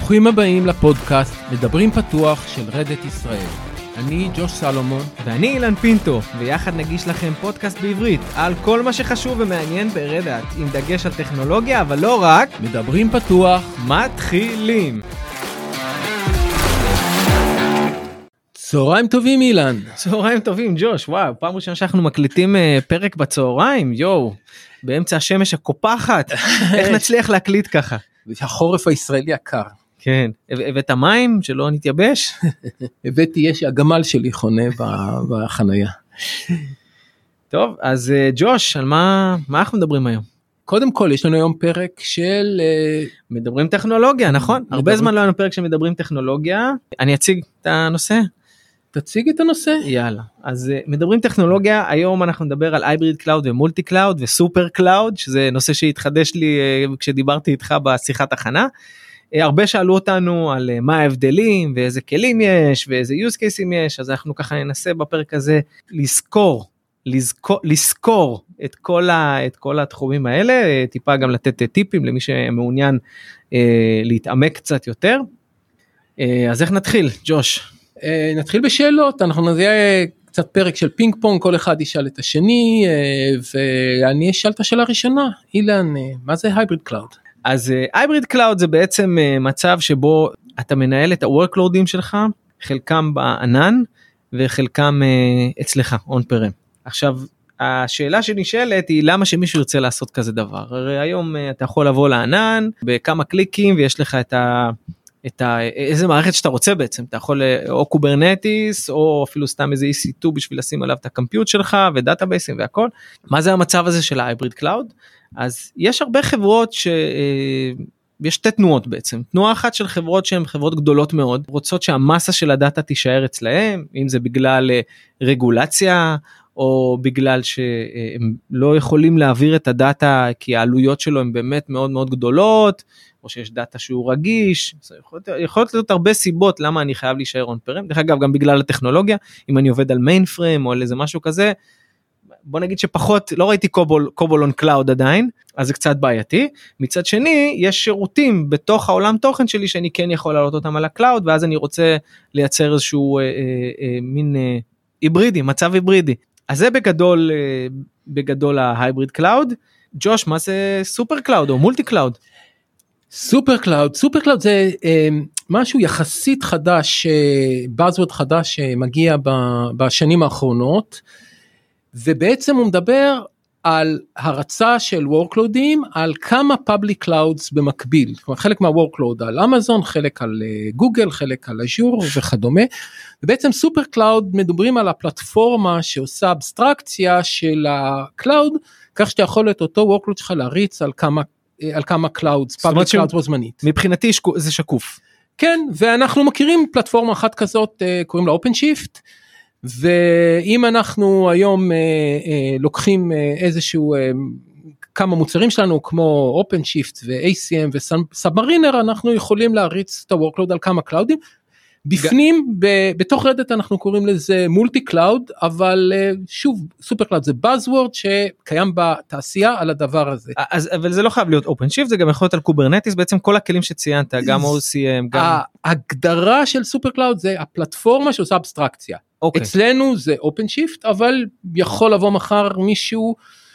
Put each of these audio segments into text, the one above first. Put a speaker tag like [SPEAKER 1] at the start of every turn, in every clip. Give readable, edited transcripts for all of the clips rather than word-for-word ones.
[SPEAKER 1] ברוכים הבאים לפודקאסט מדברים פתוח של רדיט ישראל. אני ג'וש סלומון
[SPEAKER 2] ואני אילן פינטו, ויחד נגיש לכם פודקאסט בעברית על כל מה שחשוב ומעניין ברדיט, עם דגש על טכנולוגיה, אבל לא רק.
[SPEAKER 1] מדברים פתוח,
[SPEAKER 2] מתחילים.
[SPEAKER 1] צהריים טובים אילן.
[SPEAKER 2] צהריים טובים ג'וש, וואו, פעם ראשונה שאנחנו מקליטים פרק בצהריים, יואו, באמצע השמש הקופחת, איך נצליח להקליט ככה?
[SPEAKER 1] החורף הישראלי הקר.
[SPEAKER 2] כן, הבאת מים שלא נתייבש?
[SPEAKER 1] הבאתי, יש הגמל שלי חונה בחנייה.
[SPEAKER 2] טוב, אז ג'וש, על מה אנחנו מדברים היום?
[SPEAKER 1] קודם כל, יש לנו היום פרק של...
[SPEAKER 2] מדברים טכנולוגיה, נכון? הרבה זמן לא היה לנו פרק שמדברים טכנולוגיה. אני אציג את הנושא.
[SPEAKER 1] תציג את הנושא.
[SPEAKER 2] יאללה. אז מדברים טכנולוגיה, היום אנחנו נדבר על הייבריד קלאוד ומולטי קלאוד וסופר קלאוד, שזה נושא שהתחדש לי כשדיברתי איתך בשיחת הכנה. הרבה שאלו אותנו על מה ההבדלים ואיזה כלים יש ואיזה use cases יש, אז אנחנו ככה ננסה בפרק הזה לזכור את כל התחומים האלה, טיפה גם לתת טיפים למי שמעוניין להתעמק קצת יותר. אז איך נתחיל, ג'וש?
[SPEAKER 1] נתחיל בשאלות, אנחנו נראה קצת פרק של פינג פונג, כל אחד ישאל את השני, ואני אשאל את השאלה הראשונה, אילן, מה זה הייבריד קלאוד?
[SPEAKER 2] אז הייבריד קלאוד זה בעצם מצב שבו אתה מנהל את ה-workloadים שלך, חלקם בענן וחלקם אצלך, on-prem. עכשיו, השאלה שנשאלת היא למה שמישהו ירצה לעשות כזה דבר? הרי היום אתה יכול לבוא לענן בכמה קליקים ויש לך איזה מערכת שאתה רוצה בעצם, אתה יכול או קוברנטיס או אפילו סתם איזה EC2 בשביל לשים עליו את הקמפיוט שלך ודאטאבייסים והכל. מה זה המצב הזה של ההייבריד קלאוד? אז יש הרבה חברות יש שתי תנועות בעצם, תנועה אחת של חברות שהן חברות גדולות מאוד, רוצות שהמסה של הדאטה תישאר אצלהם, אם זה בגלל רגולציה, או בגלל שהם לא יכולים להעביר את הדאטה, כי העלויות שלו הן באמת מאוד מאוד גדולות, או שיש דאטה שהוא רגיש, יכולות להיות הרבה סיבות למה אני חייב להישאר on-prem, דרך אגב גם בגלל הטכנולוגיה, אם אני עובד על mainframe או על איזה משהו כזה, בוא נגיד שפחות, לא ראיתי קובול on cloud עדיין, אז זה קצת בעייתי. מצד שני, יש שירותים בתוך העולם תוכן שלי, שאני כן יכול לעלות אותם על הקלאוד, ואז אני רוצה לייצר איזשהו מין היברידי, מצב היברידי. אז זה בגדול ההייבריד קלאוד. ג'וש, מה זה סופר קלאוד או מולטי קלאוד?
[SPEAKER 1] סופר קלאוד זה משהו יחסית חדש, buzzword חדש שמגיע בשנים האחרונות, ובעצם הוא מדבר על הרצה של workloadים, על כמה public clouds במקביל, כלומר חלק מה-workload על אמזון, חלק על גוגל, חלק על אז'ור וכדומה, ובעצם סופר קלאוד מדברים על הפלטפורמה שעושה אבסטרקציה של הקלאוד, כך שאתה יכול את אותו workload שלך להריץ על כמה clouds, public clouds בו זמנית.
[SPEAKER 2] מבחינתי זה שקוף.
[SPEAKER 1] כן, ואנחנו מכירים פלטפורמה אחת כזאת, קוראים לה OpenShift, ואם אנחנו היום לוקחים איזשהו כמה מוצרים שלנו כמו OpenShift ו-ACM ו-Submariner, אנחנו יכולים להריץ את ה-workload על כמה קלאודים, בפנים, בתוך רדיט אנחנו קוראים לזה מולטי קלאוד, אבל שוב, סופר קלאוד זה buzzword שקיים בתעשייה על הדבר הזה.
[SPEAKER 2] אבל זה לא חייב להיות OpenShift, זה גם יכול להיות על קוברנטיס, בעצם כל הכלים שציינת, גם OCM, גם...
[SPEAKER 1] ההגדרה של סופר קלאוד זה הפלטפורמה שעושה אבסטרקציה. אצלנו זה OpenShift, אבל יכול לבוא מחר מישהו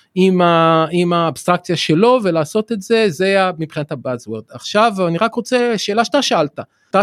[SPEAKER 1] עם האבסטרקציה שלו ולעשות את זה, זה מבחינת הבאזוורד. עכשיו אני רק רוצה, שאלה שאתה שאלת,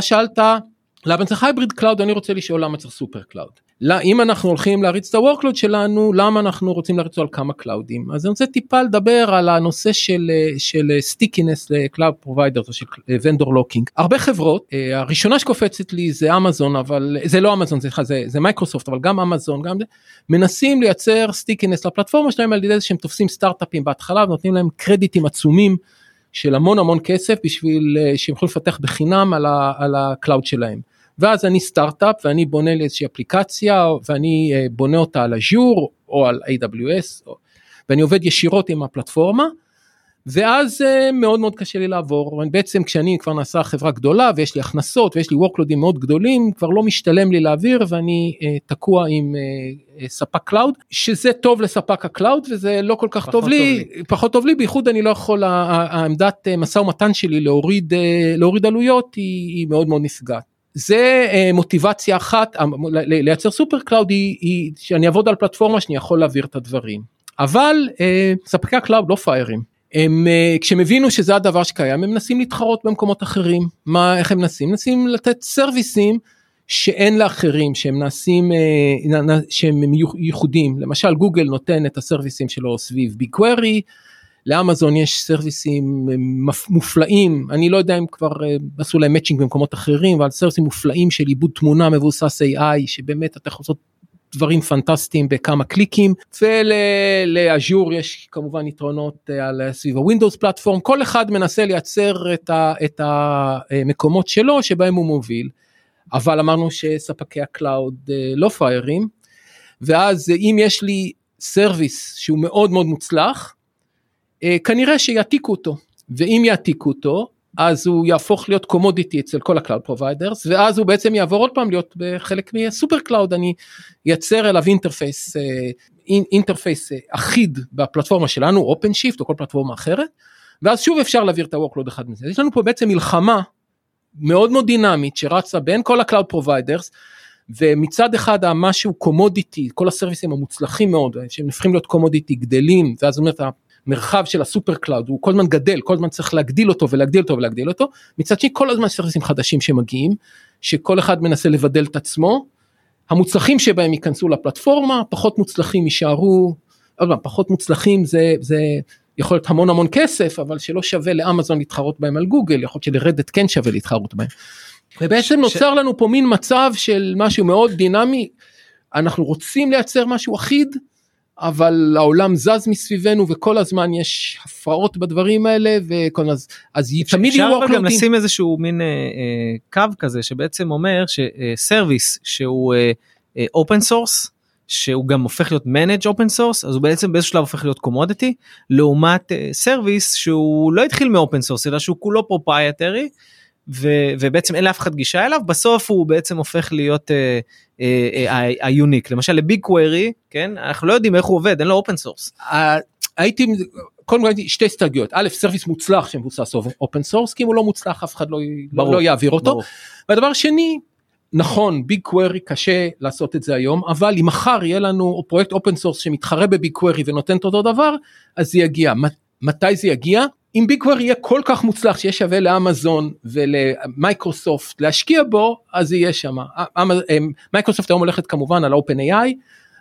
[SPEAKER 1] למה צריך הייבריד קלאוד? אני רוצה לשאול למה צריך סופר קלאוד. אם אנחנו הולכים להריץ את ה-workload שלנו, למה אנחנו רוצים להריץ על כמה קלאודים? אז אני רוצה טיפה לדבר על הנושא של stickiness ל-cloud providers, או של vendor locking. הרבה חברות, הראשונה שקופצת לי זה אמזון, אבל זה לא אמזון, זה מייקרוסופט, אבל גם אמזון, גם זה, מנסים לייצר stickiness לפלטפורמה שלהם, על ידי שהם תופסים סטארט-אפים בהתחלה, ונותנים להם קרדיטים עצומים, של המון כסף, בשביל שהם יכולים לפתח בחינם על הקלאוד שלהם. ואז אני סטארט-אפ, ואני בונה לי איזושהי אפליקציה, ואני בונה אותה על אז'ור, או על AWS, ואני עובד ישירות עם הפלטפורמה, ואז מאוד מאוד קשה לי לעבור, בעצם כשאני כבר נעשה חברה גדולה, ויש לי הכנסות, ויש לי workloadים מאוד גדולים, כבר לא משתלם לי להעביר, ואני תקוע עם ספק קלאוד, שזה טוב לספק הקלאוד, וזה לא כל כך טוב לי, פחות טוב לי, בייחוד אני לא יכול, העמדת משא ומתן שלי להוריד עלויות, היא מאוד מאוד נפגעת. זה מוטיבציה אחת, לייצר סופר קלאוד, היא שאני אעבוד על פלטפורמה, שאני יכול להעביר את הדברים. אבל ספקי הקלאוד לא פיירים. כשהם הבינו שזה הדבר שקיים, הם מנסים להתחרות במקומות אחרים. איך הם מנסים? מנסים לתת סרוויסים שאין לאחרים, שהם ייחודים. למשל, גוגל נותן את הסרוויסים שלו סביב BigQuery, לאמזון יש סרוויסים מופלאים, אני לא יודע אם כבר עשו להם מאצ'ינג במקומות אחרים, אבל סרוויסים מופלאים של עיבוד תמונה מבוסס AI, שבאמת אתה יכול לעשות דברים פנטסטיים בכמה קליקים, ולאז'ור יש כמובן יתרונות על סביב הווינדוס פלטפורם, כל אחד מנסה לייצר את המקומות שלו שבהם הוא מוביל, אבל אמרנו שספקי הקלאוד לא פיירים, ואז אם יש לי סרוויס שהוא מאוד מאוד מוצלח, כנראה שיעתיקו אותו, ואם יעתיקו אותו, אז הוא יהפוך להיות קומודיטי אצל כל הקלאוד פרוביידרס, ואז הוא בעצם יעבור עוד פעם להיות בחלק מהסופר קלאוד, אני ייצר אליו אינטרפייס אחיד בפלטפורמה שלנו, אופן שיפט או כל פלטפורמה אחרת, ואז שוב אפשר להעביר את הוורקלוד אחד מזה. יש לנו פה בעצם מלחמה מאוד מאוד דינמית, שרצה בין כל הקלאוד פרוביידרס, ומצד אחד המשהו קומודיטי, כל הסרוויסים המוצלחים מאוד, שהם נפחים להיות קומודיטי גדלים, ואז זאת אומרת, המרחב של הסופר קלאוד, הוא כל הזמן גדל, כל הזמן צריך להגדיל אותו ולהגדיל אותו ולהגדיל אותו, מצד שני כל הזמן סרוויסים חדשים שמגיעים, שכל אחד מנסה לבדל את עצמו, המוצלחים שבהם ייכנסו לפלטפורמה, פחות מוצלחים יישארו, פחות מוצלחים זה יכול להיות המון המון כסף, אבל שלא שווה לאמזון להתחרות בהם על גוגל, יכול להיות שלרדט כן שווה להתחרות בהם. ובעצם נוצר לנו פה מין מצב של משהו מאוד דינמי, אנחנו רוצים לייצר משהו אחיד, אבל העולם זז מסביבנו, וכל הזמן יש הפרעות בדברים האלה, אז תמיד יהיו
[SPEAKER 2] workloadים. אפשר גם לשים איזשהו מין קו כזה, שבעצם אומר שסרוויס שהוא open source, שהוא גם הופך להיות manage open source, אז הוא בעצם באיזשהו שלב הופך להיות commodity, לעומת סרוויס שהוא לא התחיל מ-open source, אלא שהוא כולו proprietary, ובעצם אין לאף אחד גישה אליו, בסוף הוא בעצם הופך להיות היוניק, למשל לביג קווירי, כן, אנחנו לא יודעים איך הוא עובד, אין לו אופן סורס.
[SPEAKER 1] קודם כל הייתי שתי הסתייגויות, א', סרוויס מוצלח שמבוסס אופן סורס, כי אם הוא לא מוצלח אף אחד לא יעביר אותו, והדבר שני, נכון, ביג קווירי קשה לעשות את זה היום, אבל אם מחר יהיה לנו פרויקט אופן סורס שמתחרה בביג קווירי ונותן את אותו דבר, אז זה יגיע. מתי זה יגיע? אם BigQuery יהיה כל כך מוצלח שיש שווה לאמזון ולמייקרוסופט להשקיע בו, אז יהיה שם. מייקרוסופט היום הולכת כמובן על OpenAI,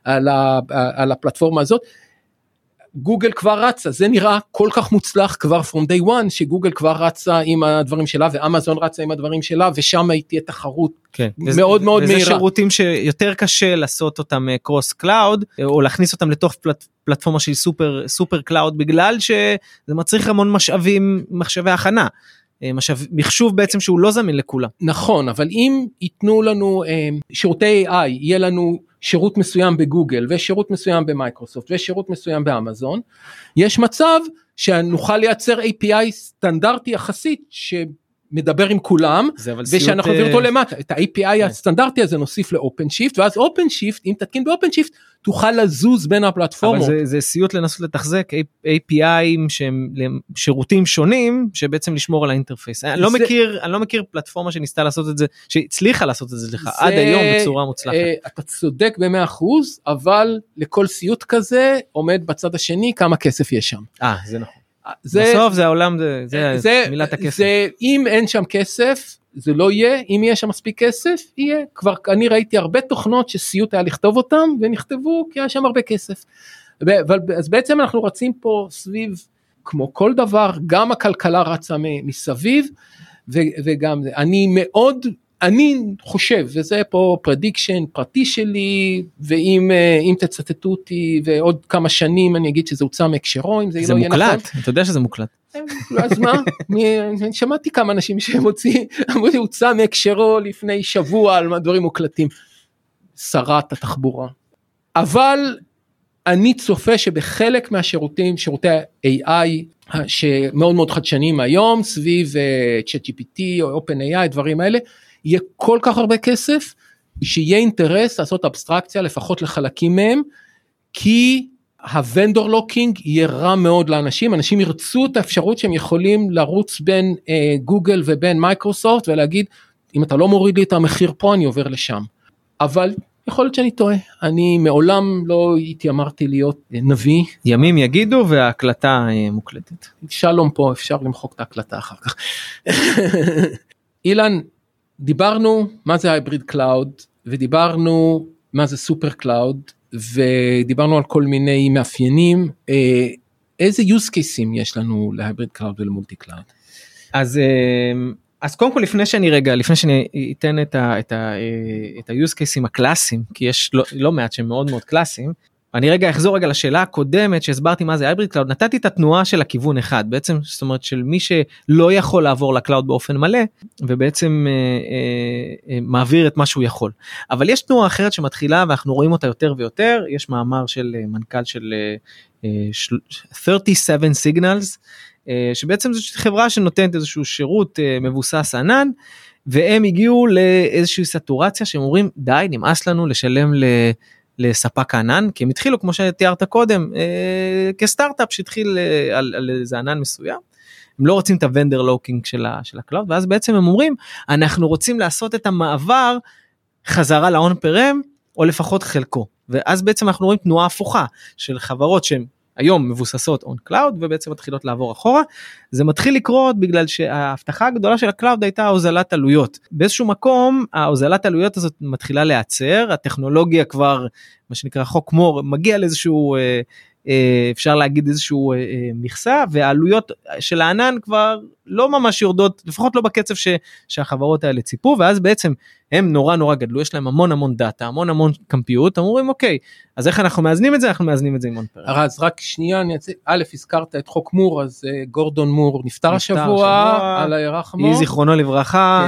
[SPEAKER 1] על הפלטפורמה הזאת, גוגל כבר רצה, זה נראה כל כך מוצלח כבר from day one, שגוגל כבר רצה עם הדברים שלה, ואמזון רצה עם הדברים שלה, ושם תהיה תחרות מאוד מאוד מהירה.
[SPEAKER 2] וזה שירותים שיותר קשה לעשות אותם קרוס קלאוד, או להכניס אותם לתוך פלטפורמה של סופר קלאוד, בגלל שזה מצריך המון מחשבי הכנה, מחשוב בעצם שהוא לא זמין לכולם.
[SPEAKER 1] נכון, אבל אם ייתנו לנו שירותי AI, יהיה לנו שירות מסוים בגוגל, ושירות מסוים במייקרוסופט, ושירות מסוים באמזון, יש מצב שנוכל לייצר API סטנדרטי יחסית, שמדבר עם כולם, ושאנחנו נביא אותו למטה. את ה-API הסטנדרטי הזה נוסיף ל-OpenShift, ואז OpenShift, אם תתקין ב-OpenShift, תוכל לזוז בין הפלטפורמות.
[SPEAKER 2] אבל זה סיוט לנסות לתחזק API'ים שהם שירותים שונים, שבעצם לשמור על האינטרפייס. אני לא מכיר פלטפורמה שניסתה לעשות את זה, שהצליחה לעשות את זה לך עד היום בצורה מוצלחת.
[SPEAKER 1] אתה צודק ב100%, אבל לכל סיוט כזה עומד בצד השני כמה כסף יש שם.
[SPEAKER 2] זה נכון. בסוף זה העולם, זה מילת הכסף.
[SPEAKER 1] אם אין שם כסף, זה לא יהיה, אם יהיה שם מספיק כסף, יהיה. כבר אני ראיתי הרבה תוכנות שסיוט היה לכתוב אותם, ונכתבו כי היה שם הרבה כסף. אז בעצם אנחנו רצים פה סביב, כמו כל דבר, גם הכלכלה רצה מסביב, וגם זה. אני חושב, וזה פה פרדיקשן פרטי שלי, ואם תצטטו אותי, ועוד כמה שנים אני אגיד שזה הוצא מהקשרו, אם זה לא יהיה נכון.
[SPEAKER 2] זה מוקלט, אתה יודע שזה מוקלט.
[SPEAKER 1] אז מה? אני שמעתי כמה אנשים שהם הוצא מהקשרו לפני שבוע על דברים מוקלטים. שרת התחבורה. אבל אני צופה שבחלק מהשירותים, שירותי AI, שמאוד מאוד חדשנים היום, סביב ChatGPT או OpenAI, דברים האלה, יהיה כל כך הרבה כסף, שיהיה אינטרס לעשות אבסטרקציה, לפחות לחלקים מהם, כי הוונדור לוקינג יהיה רע מאוד לאנשים, אנשים ירצו את האפשרות שהם יכולים לרוץ בין גוגל ובין מייקרוסופט, ולהגיד, אם אתה לא מוריד לי את המחיר פה, אני עובר לשם. אבל יכול להיות שאני טועה, אני מעולם לא התיימרתי להיות נביא.
[SPEAKER 2] ימים יגידו וההקלטה מוקלטת.
[SPEAKER 1] שלום פה, אפשר למחוק את ההקלטה אחר כך. אילן, דיברנו מה זה הייבריד קלאוד, ודיברנו מה זה סופר קלאוד, ודיברנו על כל מיני מאפיינים, איזה use cases יש לנו להייבריד קלאוד ולמולטי קלאוד?
[SPEAKER 2] אז קודם כל לפני שאני אתן את ה-use cases הקלאסיים, כי יש לא מעט שהם מאוד מאוד קלאסיים, אני אחזור לשאלה הקודמת שהסברתי מה זה הייבריד קלאוד, נתתי את התנועה של הכיוון אחד, בעצם זאת אומרת של מי שלא יכול לעבור לקלאוד באופן מלא, ובעצם מעביר את מה שהוא יכול. אבל יש תנועה אחרת שמתחילה ואנחנו רואים אותה יותר ויותר, יש מאמר של מנכ"ל של 37 Signals, שבעצם זו חברה שנותנת איזשהו שירות מבוסס ענן, והם הגיעו לאיזושהי סטורציה שהם אומרים די נמאס לנו לשלם לספק הענן, כי הם התחילו כמו שתיארת קודם, כסטארט-אפ שהתחיל על איזה ענן מסוים, הם לא רוצים את הוונדר לוקינג של הקלאוד, ואז בעצם הם אומרים, אנחנו רוצים לעשות את המעבר חזרה לאון פרם, או לפחות חלקו, ואז בעצם אנחנו רואים תנועה הפוכה, של חברות שהן היום מבוססות on cloud, ובעצם מתחילות לעבור אחורה, זה מתחיל לקרות בגלל שההבטחה הגדולה של הקלאוד הייתה הוזלת עלויות, באיזשהו מקום ההוזלת עלויות הזאת מתחילה להיעצר, הטכנולוגיה כבר, מה שנקרא חוק מור, מגיע לאיזשהו, אפשר להגיד איזשהו מכסה, והעלויות של הענן כבר לא ממש יורדות, לפחות לא בקצב שהחברות האלה ציפו, ואז בעצם הם נורא גדלו, יש להם המון דאטה, המון קמפיוט, אמורים אוקיי, אז איך אנחנו מאזנים את זה? אנחנו מאזנים את זה עם און פרם.
[SPEAKER 1] אז רק שנייה, הזכרת את חוק מור, אז גורדון מור נפטר השבוע, על הירח מור.
[SPEAKER 2] יהי זיכרונו לברכה.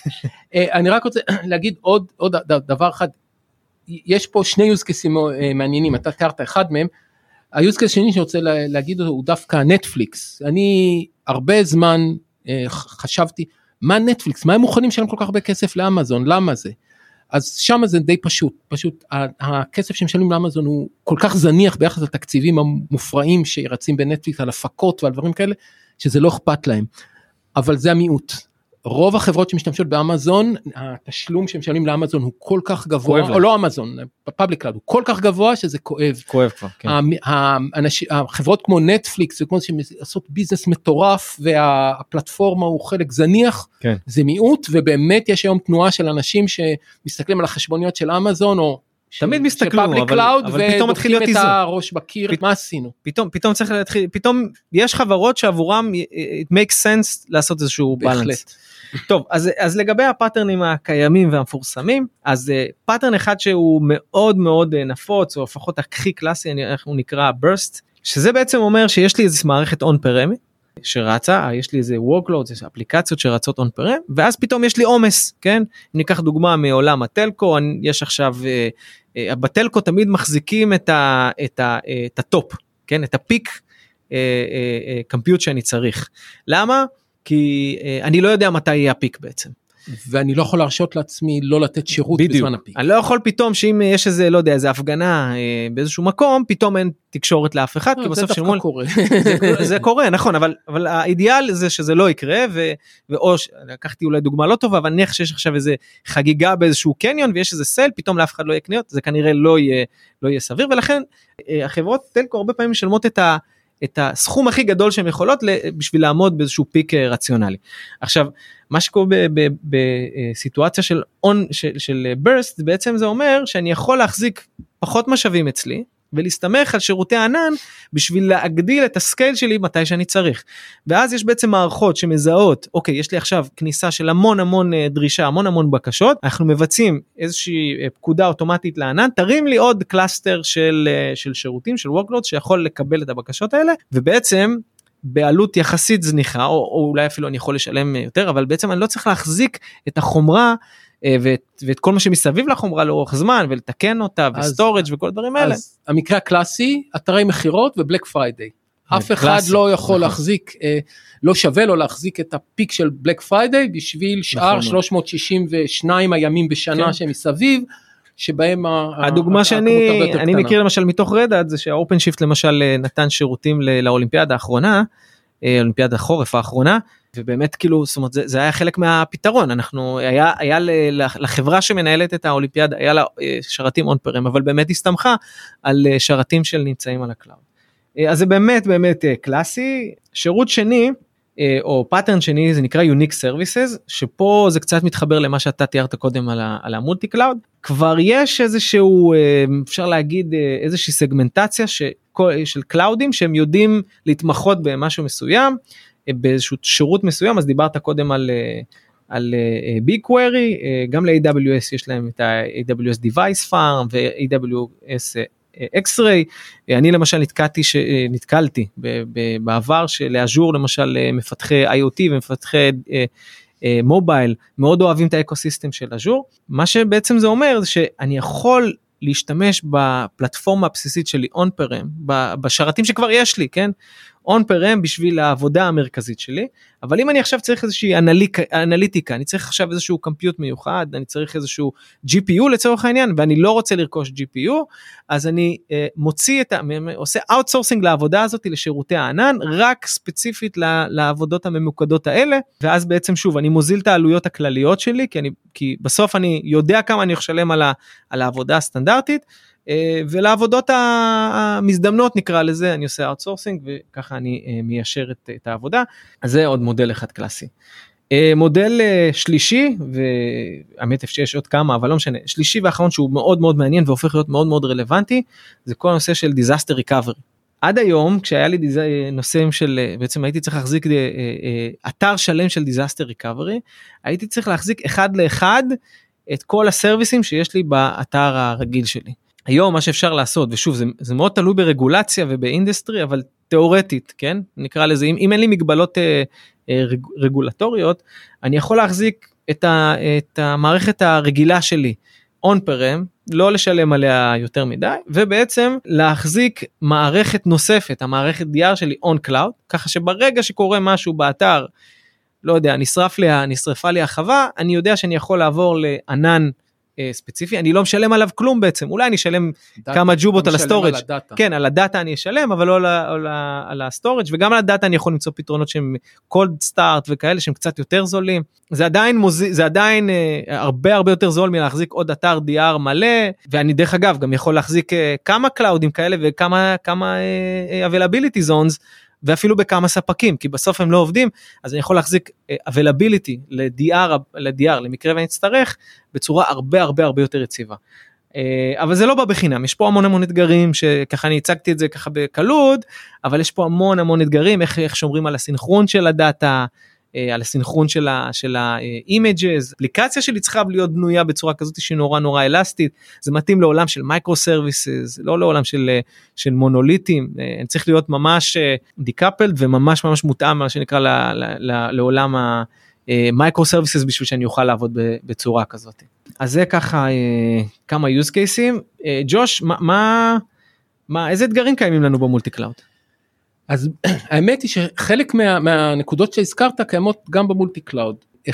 [SPEAKER 1] אני רק רוצה להגיד עוד דבר אחד, יש פה שני use cases מעניינים, אתה תיארת אחד מהם, ה-use case שני שאני רוצה להגיד הוא דווקא נטפליקס, אני הרבה זמן חשבתי, מה נטפליקס, מה הם מוכנים לשלם כל כך הרבה כסף לאמזון, למה זה? אז שם זה די פשוט הכסף שמשלמים לאמזון הוא כל כך זניח ביחס לתקציבים המופרעים שרצים בנטפליקס על הפקות ועל דברים כאלה, שזה לא אכפת להם, אבל זה המיעוט. רוב החברות שמשתמשות באמזון, התשלום שמשלמים לאמזון הוא כל כך גבוה, או לא אמזון, בפאבליק קלאוד, הוא כל כך גבוה שזה כואב.
[SPEAKER 2] כואב כבר, כן.
[SPEAKER 1] החברות כמו נטפליקס, וכמו שעשות ביזנס מטורף, והפלטפורמה הוא חלק זניח,
[SPEAKER 2] כן.
[SPEAKER 1] זה מיעוט, ובאמת יש היום תנועה של אנשים שמסתכלים על החשבוניות של אמזון, או
[SPEAKER 2] תמיד מסתכלו, אבל פתאום מתחיל להיות איזון.
[SPEAKER 1] ודוחים את הראש בקיר, מה עשינו?
[SPEAKER 2] פתאום צריך להתחיל, פתאום יש חברות שעבורם it makes sense לעשות איזשהו balance. טוב, אז לגבי הפאטרנים הקיימים והמפורסמים, אז פאטרן אחד שהוא מאוד נפוץ, או לפחות הכי קלאסי, אנחנו נקרא burst, שזה בעצם אומר שיש לי איזו מערכת on-prem, שרצה, יש לי איזה workloads, יש אפליקציות שרצות on-prem, ואז פתאום יש לי עומס, כן? אם ניקח דוגמה מעולם הטלקו, יש עכשיו, בטלקו תמיד מחזיקים את הטופ, כן? את הפיק קמפיוט שאני צריך. למה? כי אני לא יודע מתי יהיה הפיק בעצם.
[SPEAKER 1] ואני לא יכול להרשות לעצמי לא לתת שירות בזמן הפיק.
[SPEAKER 2] אני לא יכול פתאום שאם יש איזה, לא יודע, איזה הפגנה באיזשהו מקום, פתאום אין תקשורת לאף אחד, כי בסוף
[SPEAKER 1] דווקא קורה.
[SPEAKER 2] זה קורה, נכון, אבל האידיאל זה שזה לא יקרה, ואו, לקחתי אולי דוגמה לא טובה, אבל נניח שיש עכשיו איזה חגיגה באיזשהו קניון, ויש איזה סייל, פתאום לאף אחד לא יקנה, זה כנראה לא יהיה סביר, ולכן החברות טלקו הרבה פעמים משלמות את הסכום הכי גדול שהן יכולות בשביל לעמוד באיזשהו פיק רציונלי. עכשיו, מה שקורה בסיטואציה של burst, בעצם זה אומר שאני יכול להחזיק פחות משאבים אצלי, ולהסתמך על שירותי הענן, בשביל להגדיל את הסקייל שלי מתי שאני צריך. ואז יש בעצם מערכות שמזהות, אוקיי, יש לי עכשיו כניסה של המון דרישה, המון בקשות, אנחנו מבצעים איזושהי פקודה אוטומטית לענן, תרים לי עוד קלאסטר של שירותים, של workloads, שיכול לקבל את הבקשות האלה, ובעצם בעלות יחסית זניחה, או אולי אפילו אני יכול לשלם יותר, אבל בעצם אני לא צריך להחזיק את החומרה, ואת כל מה שמסביב לחומרה לאורך זמן, ולתקן אותה, וסטורג' וכל הדברים האלה.
[SPEAKER 1] אז המקרה הקלאסי, אתרי מחירות ובלק פריידיי. אף אחד לא יכול להחזיק, לא שווה לו להחזיק את הפיק של בלק פריידיי, בשביל שאר 362 הימים בשנה שמסביב, שבהם
[SPEAKER 2] הדוגמה שאני מכיר למשל מתוך רדאט, זה שהאופנשיפט למשל נתן שירותים לאולימפיאדה האחרונה, אולימפיאדה החורף האחרונה, ובאמת כאילו, זאת אומרת, זה היה חלק מהפתרון, היה לחברה שמנהלת את האולימפיאדה, היה לה שרתים און פרם, אבל באמת הסתמכה על שרתים של נמצאים על הקלאוד. אז זה באמת קלאסי. שירות שני, או פאטרן שני, זה נקרא Unique Services, שפה זה קצת מתחבר למה שאתה תיארת קודם על המולטי קלאוד. כבר יש איזשהו, אפשר להגיד, איזושהי סגמנטציה של קלאודים, שהם יודעים להתמחות במשהו מסוים, באיזשהו שירות מסוים. אז דיברת קודם על BigQuery, גם ל-AWS יש להם את ה-AWS Device Farm, ו-AWS X-Ray. אני למשל נתקלתי בעבר שלאז'ור למשל מפתחי IoT ומפתחי מובייל מאוד אוהבים את האקוסיסטם של אז'ור. מה שבעצם זה אומר זה שאני יכול להשתמש בפלטפורמה הבסיסית שלי און פרם, בשרתים שכבר יש לי, כן? און פרם בשביל העבודה המרכזית שלי, אבל אם אני עכשיו צריך איזושהי אנליטיקה, אני צריך עכשיו איזשהו קמפיוט מיוחד, אני צריך איזשהו GPU לצורך העניין, ואני לא רוצה לרכוש GPU, אז אני עושה אאוטסורסינג לעבודה הזאת לשירותי הענן, רק ספציפית לעבודות הממוקדות האלה, ואז בעצם שוב, אני מוזיל את העלויות הכלליות שלי, כי בסוף אני יודע כמה אני אשלם על העבודה הסטנדרטית, ולעבודות המזדמנות נקרא לזה, אני עושה אאוטסורסינג, וככה אני מיישר את העבודה. אז זה עוד מודל אחד קלאסי. מודל שלישי, והאמת שיש עוד כמה, אבל לא משנה, שלישי ואחרון שהוא מאוד מאוד מעניין, והופך להיות מאוד מאוד רלוונטי, זה כל הנושא של disaster recovery. עד היום, כשהיה לי נושאים של, בעצם הייתי צריך להחזיק אתר שלם של disaster recovery, הייתי צריך להחזיק אחד לאחד, את כל הסרוויסים שיש לי באתר הרגיל שלי. היום מה שאפשר לעשות, ושוב זה מאוד תלוי ברגולציה ובאינדסטרי, אבל תיאורטית, כן? נקרא לזה, אם אין לי מגבלות רגולטוריות, אני יכול להחזיק את המערכת הרגילה שלי, און פרם, לא לשלם עליה יותר מדי, ובעצם להחזיק מערכת נוספת, המערכת DR שלי און קלאוד, ככה שברגע שקורה משהו באתר, לא יודע, נשרפה לי החווה, אני יודע שאני יכול לעבור לענן ספציפי, אני לא משלם עליו כלום בעצם, אולי אני אשלם כמה ג'ובות על הסטורג', כן, על הדאטה אני אשלם, אבל לא על הסטורג', וגם על הדאטה אני יכול למצוא פתרונות שהם cold start וכאלה שהם קצת יותר זולים, זה עדיין הרבה הרבה יותר זול מלהחזיק עוד אתר DR מלא, ואני דרך אגב גם יכול להחזיק כמה קלאודים כאלה וכמה availability zones, ואפילו בכמה ספקים, כי בסוף הם לא עובדים, אז אני יכול להחזיק availability ל-DR, למקרה ואני אצטרך, בצורה הרבה הרבה הרבה יותר יציבה. אבל זה לא בא בחינם, יש פה המון אתגרים, שככה אני הצגתי את זה ככה בקלות, אבל יש פה המון אתגרים, איך שומרים על הסינכרון של הדאטה, על הסינכרון של ה-images, אפליקציה שלי צריכה להיות בנויה בצורה כזאת שהיא נורא אלסטית, זה מתאים לעולם של microservices, לא לעולם של מונוליטים, אני צריך להיות ממש decoupled וממש מותאם, מה שנקרא לעולם ה-microservices, בשביל שאני אוכל לעבוד בצורה כזאת. אז זה ככה כמה use cases. ג'וש, איזה אתגרים קיימים לנו במולטי קלאוד?
[SPEAKER 1] אז האמת היא שחלק מהנקודות שהזכרת קיימות גם במולטי קלאוד.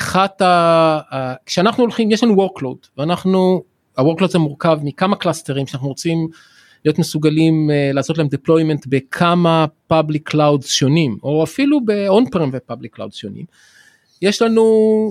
[SPEAKER 1] כשאנחנו הולכים, יש לנו workload, ה-workload זה מורכב מכמה קלאסטרים שאנחנו רוצים להיות מסוגלים לעשות להם deployment בכמה public clouds שונים, או אפילו ב-on-prem ו-public clouds שונים. יש לנו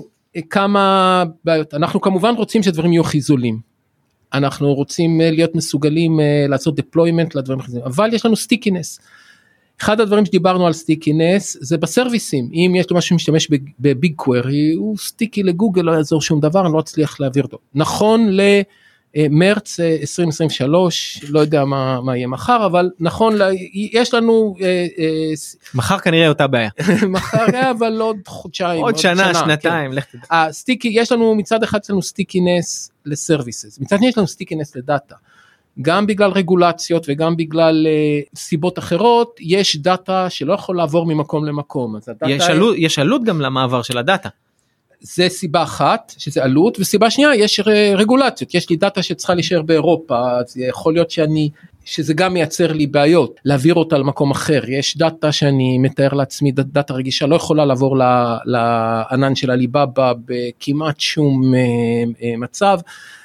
[SPEAKER 1] כמה בעיות, אנחנו כמובן רוצים שדברים יהיו הכי זולים, אנחנו רוצים להיות מסוגלים לעשות deployment לדברים אחרים, אבל יש לנו stickiness. אחד הדברים שדיברנו על סטיקינס, זה בסרוויסים, אם יש לו משהו שמשתמש בביג קווירי, הוא סטיקי לגוגל, לא יעזור שום דבר, אני לא אצליח להעביר אותו. נכון למרץ 2023, לא יודע מה יהיה מחר, אבל נכון, יש לנו...
[SPEAKER 2] מחר כנראה אותה בעיה.
[SPEAKER 1] מחר, אבל עוד חודשיים.
[SPEAKER 2] עוד שנה, שנתיים, לך תדע.
[SPEAKER 1] יש לנו מצד אחד, יש לנו סטיקינס לסרוויסס, מצד שני יש לנו סטיקינס לדאטה. גם בגלל רגולציות וגם בגלל סיבות אחרות, יש דאטה שלא יכול לעבור ממקום למקום. אז
[SPEAKER 2] יש עלות גם למעבר של הדאטה.
[SPEAKER 1] זה סיבה אחת, שזה עלות, וסיבה שנייה, יש רגולציות. יש לי דאטה שצריכה להישאר באירופה, אז יכול להיות שאני שזה גם מייצר לי בעיות, להעביר אותה למקום אחר. יש דאטה שאני מתאר לעצמי, דאטה רגישה, לא יכולה לעבור לענן של הליבאבא בכמעט שום מצב,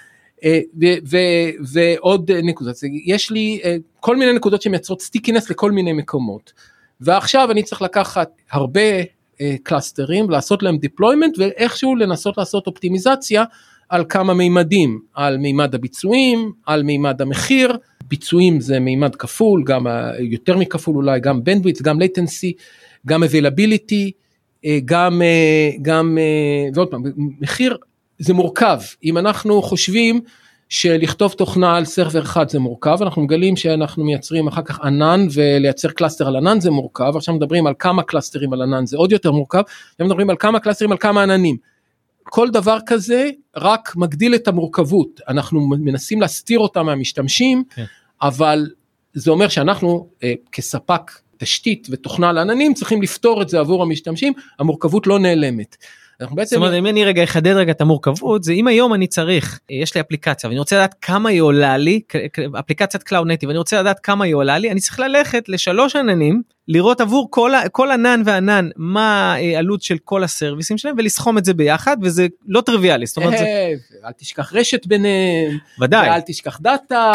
[SPEAKER 1] ועוד נקודות. יש לי כל מיני נקודות שמייצרות סטיקינס לכל מיני מקומות, ועכשיו אני צריך לקחת הרבה קלאסטרים, לעשות להם דיפלוימנט, ואיכשהו לנסות לעשות אופטימיזציה על כמה מימדים, על מימד הביצועים, על מימד המחיר. ביצועים זה מימד כפול, גם יותר מכפול אולי, גם bandwidth, גם latency, גם availability, גם ועוד פעם, מחיר זה מורכב. אם אנחנו חושבים שלכתוב תוכנה על סרבר אחד זה מורכב, אנחנו מגלים שאנחנו מייצרים אחר כך ענן, ולייצר קלאסטר על ענן זה מורכב, עכשיו מדברים על כמה קלאסטרים על ענן זה עוד יותר מורכב, עכשיו מדברים על כמה קלאסטרים על כמה עננים. כל דבר כזה רק מגדיל את המורכבות, אנחנו מנסים להסתיר אותה מהמשתמשים, אבל זה אומר שאנחנו כספק תשתית ותוכנה לעננים, צריכים לפתור את זה עבור המשתמשים, המורכבות לא נעלמת.
[SPEAKER 2] זאת אומרת, אם אני רגע אחדד רגע את המורכבות, זה אם היום אני צריך, יש לי אפליקציה, ואני רוצה לדעת כמה היא עולה לי, אפליקציית Cloud Native, ואני רוצה לדעת כמה היא עולה לי, אני צריך ללכת ל3 עננים, לראות עבור כל ענן וענן, מה העלות של כל הסרוויסים שלהם, ולסכום את זה ביחד, וזה לא טריוויאלי, זאת אומרת,
[SPEAKER 1] אל תשכח רשת ביניהם,
[SPEAKER 2] ודאי,
[SPEAKER 1] ואל תשכח דאטה,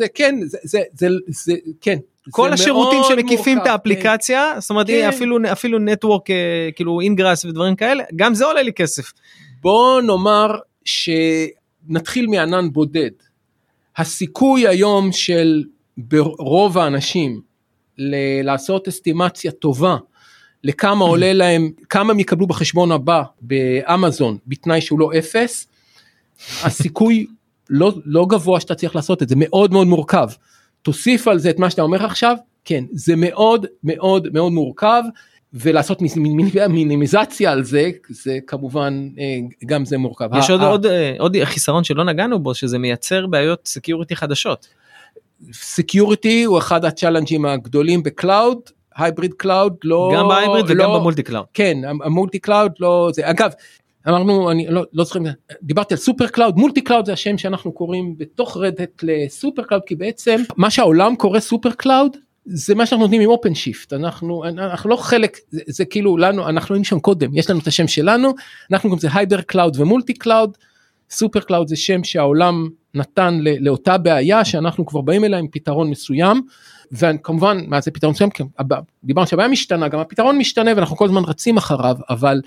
[SPEAKER 1] כן,
[SPEAKER 2] כל השירותים שמקיפים את האפליקציה, זאת אומרת, אפילו נטוורק, כאילו אינגרס ודברים כאלה, גם זה עולה לי כסף.
[SPEAKER 1] בוא נאמר שנתחיל מענן בודד. הסיכוי היום של ברוב האנשים לעשות אסטימציה טובה, לכמה עולה להם, כמה הם יקבלו בחשבון הבא באמזון, בתנאי שהוא לא 0, הסיכוי לא גבוה שאתה צריך לעשות את זה, מאוד מאוד מורכב. תוסיף על זה את מה שאתה אומר עכשיו, כן, זה מאוד מאוד מאוד מורכב, ולעשות מינימיזציה על זה, זה כמובן גם זה מורכב.
[SPEAKER 2] יש עוד חיסרון שלא נגענו בו, שזה מייצר בעיות סקיוריטי חדשות.
[SPEAKER 1] סקיוריטי הוא אחד הצ'אלנג'ים הגדולים בקלאוד, הייבריד קלאוד, לא...
[SPEAKER 2] גם בהייבריד וגם במולטי קלאוד.
[SPEAKER 1] כן, המולטי קלאוד לא... אגב, אמרנו, אני לא צריכים, דיברתי על סופר קלאוד, מולטי קלאוד זה השם שאנחנו קוראים בתוך רדט לסופר קלאוד, כי בעצם מה שהעולם קורא סופר קלאוד, זה מה שאנחנו נותנים עם אופן שיפט, אנחנו לא חלק, זה כאילו לנו, אנחנו היינו שם קודם, יש לנו את השם שלנו, אנחנו גם זה הייבר קלאוד ומולטי קלאוד, סופר קלאוד זה שם שהעולם נתן לאותה בעיה, שאנחנו כבר באים אליה עם פתרון מסוים, וכמובן, מה זה פתרון מסוים? דיברנו שהבעיה משתנה, גם הפתרון משתנה, ואנחנו כל הזמן רצים אחריו, אבל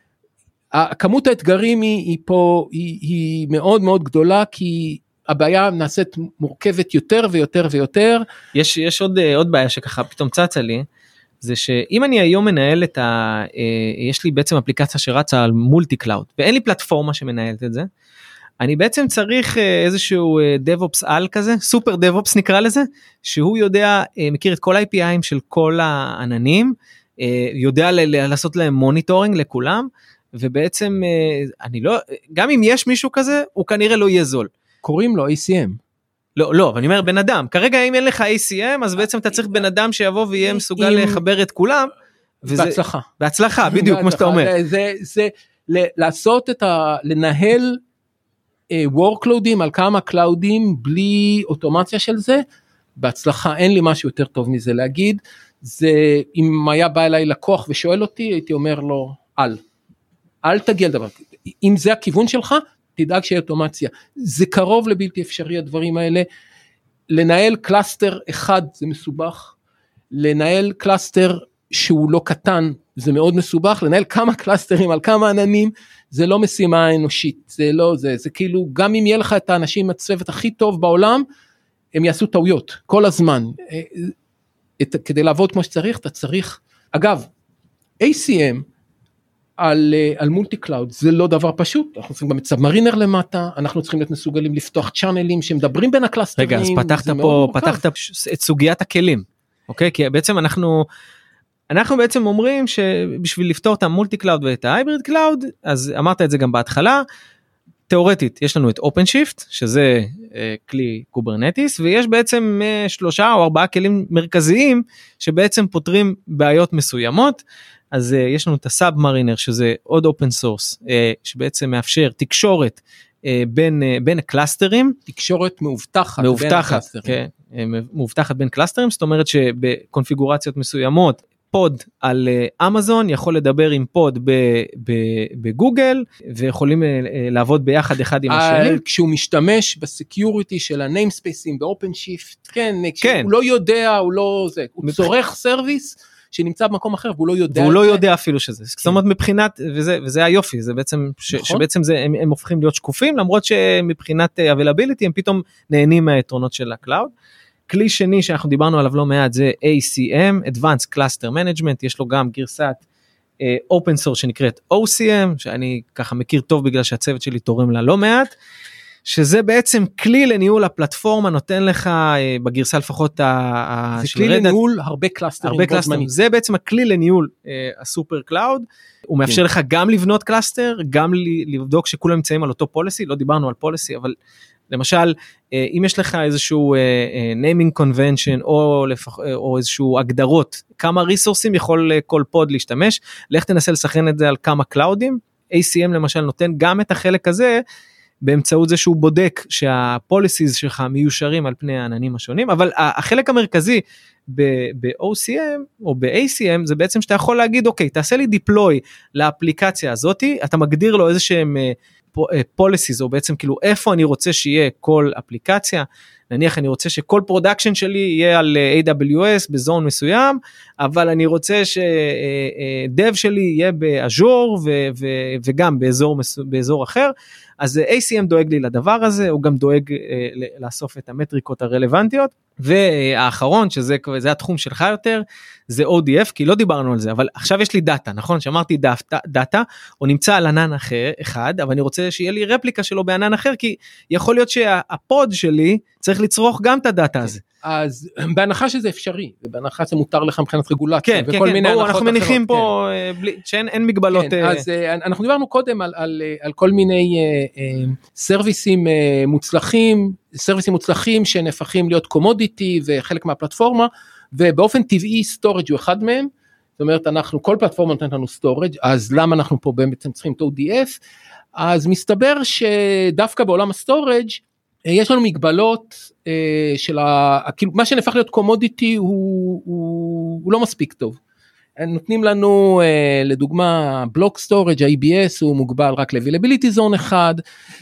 [SPEAKER 1] כמות האתגרים היא פה, היא מאוד מאוד גדולה, כי הבעיה נעשית מורכבת יותר ויותר ויותר.
[SPEAKER 2] יש עוד בעיה שככה פתאום צצה לי, זה שאם אני היום מנהל יש לי בעצם אפליקציה שרצה על מולטי קלאוד, ואין לי פלטפורמה שמנהלת את זה, אני בעצם צריך איזשהו DevOps על כזה, סופר DevOps נקרא לזה, שהוא יודע, מכיר את כל ה-API'ים של כל העננים, יודע לעשות להם מוניטורינג לכולם, ובעצם אני לא, גם אם יש מישהו כזה, הוא כנראה לא יהיה זול.
[SPEAKER 1] קוראים לו ACM.
[SPEAKER 2] לא, אבל אני אומר בן אדם, כרגע אם אין לך ACM, אז בעצם אתה צריך בן אדם שיבוא ויהיה מסוגל לחבר את כולם.
[SPEAKER 1] בהצלחה.
[SPEAKER 2] בהצלחה, בדיוק, כמו שאתה אומר.
[SPEAKER 1] זה לעשות לנהל workloadים על כמה קלאודים, בלי אוטומציה של זה, בהצלחה, אין לי משהו יותר טוב מזה להגיד, זה, אם היה בא אליי לקוח ושואל אותי, הייתי אומר לו, אל תגיע לדבר, אם זה הכיוון שלך, תדאג שיהיה אוטומציה, זה קרוב לבלתי אפשרי הדברים האלה, לנהל קלאסטר אחד זה מסובך, לנהל קלאסטר שהוא לא קטן, זה מאוד מסובך, לנהל כמה קלאסטרים על כמה עננים, זה לא משימה אנושית, זה כאילו, גם אם יהיה לך את האנשים הצוות הכי טוב בעולם, הם יעשו טעויות, כל הזמן, כדי לעבוד כמו שצריך, אתה צריך, אגב, ACM, על מולטי קלאוד, זה לא דבר פשוט, אנחנו צריכים גם את סאבמרינר למטה, אנחנו צריכים להיות מסוגלים לפתוח צ'אנלים, שמדברים בין הקלאסטרים.
[SPEAKER 2] רגע, אז פתחת את סוגיית הכלים, אוקיי? כי בעצם אנחנו בעצם אומרים, שבשביל לפתור את המולטי קלאוד ואת ההייבריד קלאוד, אז אמרת את זה גם בהתחלה, תיאורטית, יש לנו את OpenShift, שזה כלי קוברנטיס, ויש בעצם 3 או 4 כלים מרכזיים, שבעצם פותרים בעיות מסוימות, אז יש לנו את הסאבמרינר, שזה עוד אופן סורס, שבעצם מאפשר תקשורת בין הקלאסטרים.
[SPEAKER 1] תקשורת מאובטחת.
[SPEAKER 2] מאובטחת, כן. מובטחת בין קלאסטרים, זאת אומרת שבקונפיגורציות מסוימות, פוד על אמזון יכול לדבר עם פוד בגוגל, ויכולים לעבוד ביחד אחד עם השני.
[SPEAKER 1] כשהוא משתמש בסקיוריטי של הניימספייסים באופן שיפט, כן, הוא לא יודע, הוא לא זה, הוא צורך סרוויס, שנמצא במקום אחר, והוא לא יודע.
[SPEAKER 2] והוא לא יודע אפילו שזה. זאת אומרת, מבחינת, וזה היופי, זה בעצם, שבעצם הם הופכים להיות שקופים, למרות שמבחינת availability, הם פתאום נהנים מהיתרונות של הקלאוד. כלי שני שאנחנו דיברנו עליו לא מעט, זה ACM, Advanced Cluster Management, יש לו גם גרסת Open Source שנקראת OCM, שאני ככה מכיר טוב בגלל שהצוות שלי תורם לה לא מעט, שזה בעצם כלי לניהול הפלטפורמה, נותן לך בגרסה לפחות
[SPEAKER 1] זה כלי לניהול הרבה קלאסטרים.
[SPEAKER 2] זה בעצם הכלי לניהול הסופר קלאוד, הוא מאפשר לך גם לבנות קלאסטר, גם לבדוק שכולם נמצאים על אותו פוליסי, לא דיברנו על פוליסי, אבל למשל, אם יש לך איזשהו naming convention, או איזשהו הגדרות, כמה ריסורסים יכול כל פוד להשתמש, לך תנסה לסכן את זה על כמה קלאודים, ACM למשל נותן גם את החלק הזה, באמצעות זה שהוא בודק שהפוליסיז שלך מיושרים על פני העננים השונים, אבל החלק המרכזי ב-OCM או ב-ACM זה בעצם שאתה יכול להגיד, אוקיי, תעשה לי דיפלוי לאפליקציה הזאת, אתה מגדיר לו איזה שהם policies, או בעצם כאילו איפה אני רוצה שיהיה כל אפליקציה, נניח אני רוצה שכל פרודקשן שלי יהיה על AWS בזון מסוים, אבל אני רוצה שדב שלי יהיה באז'ור וגם באזור אחר, אז ACM דואג לי לדבר הזה, הוא גם דואג לאסוף את המטריקות הרלוונטיות, והאחרון, שזה התחום שלך יותר, זה ODF, כי לא דיברנו על זה, אבל עכשיו יש לי דאטה, נכון? שאמרתי דאטה, הוא נמצא על ענן אחר, אחד, אבל אני רוצה שיהיה לי רפליקה שלו בענן אחר, כי יכול להיות שהפוד שלי צריך לצרוך גם את הדאטה הזה.
[SPEAKER 1] אז בהנחה שזה אפשרי, ובהנחה זה מותר לך מבחינת רגולציה,
[SPEAKER 2] כן, כן, בואו, אנחנו מניחים פה, שאין מגבלות.
[SPEAKER 1] אז אנחנו דיברנו קודם על כל מיני סרוויסים מוצלחים שנהפכים להיות קומודיטי וחלק מהפלטפורמה, ובאופן טבעי סטורג' הוא אחד מהם, זאת אומרת כל פלטפורמה נותנת לנו סטורג', אז למה אנחנו פה בעצם צריכים את ODF? אז מסתבר שדווקא בעולם הסטורג' יש לנו מגבלות של כאילו מה שנהפך להיות קומודיטי הוא לא מספיק טוב. נותנים לנו לדוגמה בלוק סטורג' ה-EBS הוא מוגבל רק ל-availability zone אחד,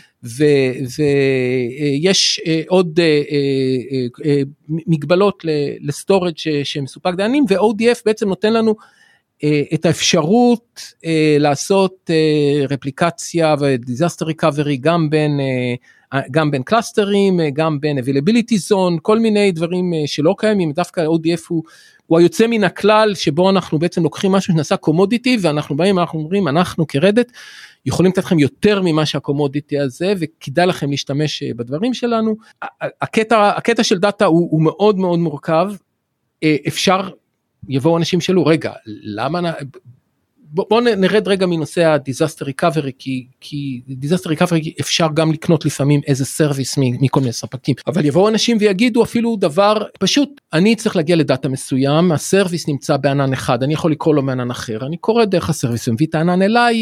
[SPEAKER 1] ויש עוד מגבלות לסטורג' שמסופק דיינים, ו-ODF בעצם נותן לנו את האפשרות לעשות רפליקציה ו-disaster recovery גם בין קלאסטרים, גם בין availability zone, כל מיני דברים שלא קיימים, דווקא ODF הוא היוצא מן הכלל, שבו אנחנו בעצם לוקחים משהו שנעשה קומודיטי, ואנחנו באים, אנחנו אומרים, אנחנו כרדת, יכולים לתת לכם יותר ממה שהקומודיטי הזה, וכדאי לכם להשתמש בדברים שלנו. הקטע של דאטה הוא מאוד מאוד מורכב, אפשר, יבואו אנשים שלו, רגע, למה, בואו נרד רגע מנושא ה-disaster recovery, כי disaster recovery אפשר גם לקנות לפעמים איזה סרוויס מכל מיני ספקים, אבל יבואו אנשים ויגידו אפילו דבר פשוט, אני צריך להגיע לדאטה מסוים, הסרוויס נמצא בענן אחד, אני יכול לקרוא לו מענן אחר, אני קורא דרך הסרוויס ומביא את הענן אליי,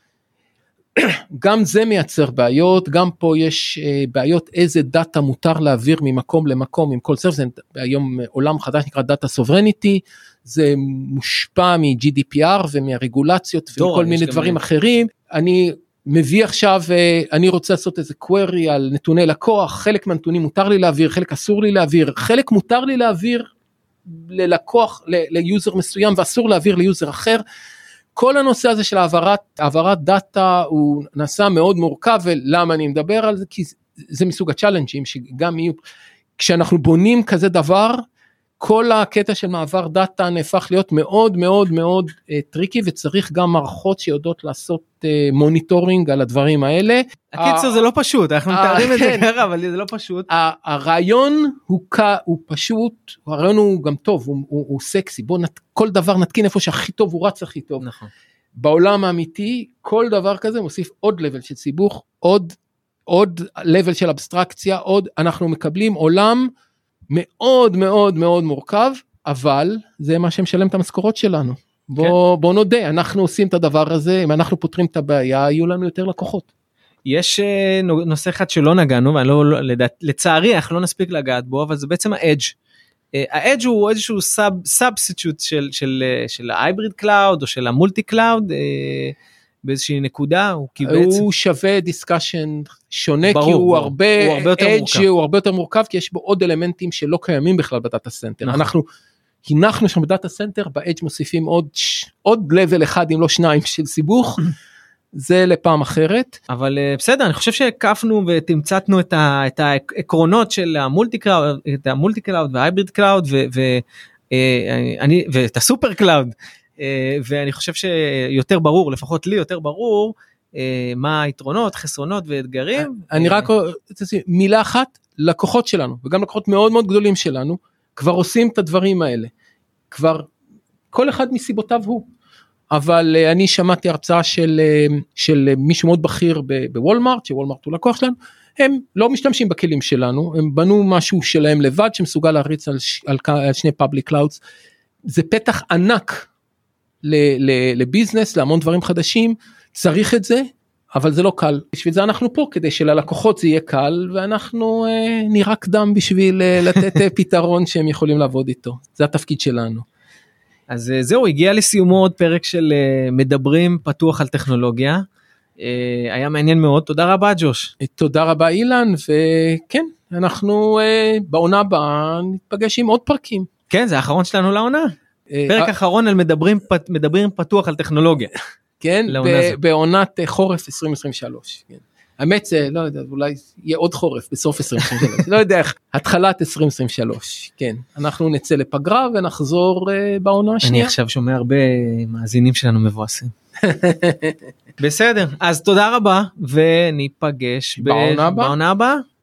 [SPEAKER 1] גם זה מייצר בעיות, גם פה יש בעיות איזה דאטה מותר להעביר ממקום למקום, עם כל סרוויס, היום עולם חדש נקרא דאטה סוברניטי, זה מושפע מ-GDPR ומהרגולציות וכל מיני דברים אחרים, אני מביא עכשיו, אני רוצה לעשות איזה query על נתוני לקוח, חלק מהנתונים מותר לי להעביר, חלק אסור לי להעביר, חלק מותר לי להעביר ללקוח, ליוזר מסוים, ואסור להעביר ליוזר אחר, כל הנושא הזה של העברת דאטה הוא נעשה מאוד מורכב, ולמה אני מדבר על זה? כי זה מסוג הצ'אלנג'ים שגם יהיו, כשאנחנו בונים כזה דבר, כל הקטע של מעבר דאטה נהפך להיות מאוד מאוד מאוד טריקי, וצריך גם מערכות שיודעות לעשות מוניטורינג על הדברים האלה.
[SPEAKER 2] הקיצור זה לא פשוט, אנחנו מתארים את זה ככה, אבל זה לא פשוט.
[SPEAKER 1] הרעיון הוא פשוט, הרעיון הוא גם טוב, הוא סקסי, בוא כל דבר נתקין איפה שהכי טוב, הוא רץ הכי טוב.
[SPEAKER 2] נכון.
[SPEAKER 1] בעולם האמיתי, כל דבר כזה מוסיף עוד לבל של סיבוך, עוד לבל של אבסטרקציה, אנחנו מקבלים עולם מאוד מאוד מאוד מורכב, אבל זה מה שמשלם את המשכורות שלנו. בוא נודה, אנחנו עושים את הדבר הזה, אם אנחנו פותרים את הבעיה, יהיו לנו יותר לקוחות.
[SPEAKER 2] יש נושא אחד שלא נגענו, לצערי אנחנו לא נספיק לגעת בו, אבל זה בעצם ה-Edge. ה-Edge הוא איזשהו סאבסטיטוט של ההייבריד קלאוד, או של המולטי קלאוד, באיזושהי נקודה,
[SPEAKER 1] הוא שווה דיסקשן שונה, כי הוא הרבה יותר מורכב, כי יש בו עוד אלמנטים שלא קיימים בכלל בדאטה סנטר. אנחנו הנחנו שם בדאטה סנטר, ב-Edge מוסיפים עוד לבל אחד, אם לא שניים של סיבוך, זה לפעם אחרת.
[SPEAKER 2] אבל בסדר, אני חושב שהקפנו ותמצתנו את העקרונות של המולטי קלאוד וההייבריד קלאוד, ואת הסופר קלאוד, ואני חושב שיותר ברור, לפחות לי יותר ברור, מה היתרונות, חסרונות ואתגרים.
[SPEAKER 1] אני רק מילה אחת, לקוחות שלנו, וגם לקוחות מאוד מאוד גדולים שלנו, כבר עושים את הדברים האלה. כבר כל אחד מסיבותיו הוא. אבל אני שמעתי הרצאה של מישהו מאוד בכיר בוולמארט, שוולמארט הוא לקוח שלנו, הם לא משתמשים בכלים שלנו, הם בנו משהו שלהם לבד, שמסוגל להריץ על שני פאבליק קלאודס, זה פתח ענק לביזנס, להמון דברים חדשים, צריך את זה, אבל זה לא קל. בשביל זה אנחנו פה, כדי שללקוחות זה יהיה קל, ואנחנו נירק דם בשביל לתת פתרון שהם יכולים לעבוד איתו. זה התפקיד שלנו.
[SPEAKER 2] אז זהו, הגיע לסיומו עוד פרק של מדברים פתוח על טכנולוגיה. היה מעניין מאוד, תודה רבה ג'וש.
[SPEAKER 1] תודה רבה אילן, וכן, אנחנו בעונה הבאה נתפגש עם עוד פרקים.
[SPEAKER 2] כן, זה האחרון שלנו לעונה. פרק אחרון על מדברים פתוח על טכנולוגיה.
[SPEAKER 1] כן, בעונת חורף 2023. האמת זה, לא יודע, אולי יהיה עוד חורף בסוף 2023, לא יודע איך, התחלת 2023, כן. אנחנו נצא לפגרה ונחזור בעונה השנייה.
[SPEAKER 2] אני עכשיו שומע הרבה מאזינים שלנו מבואסים. בסדר, אז תודה רבה, וניפגש בעונה הבאה.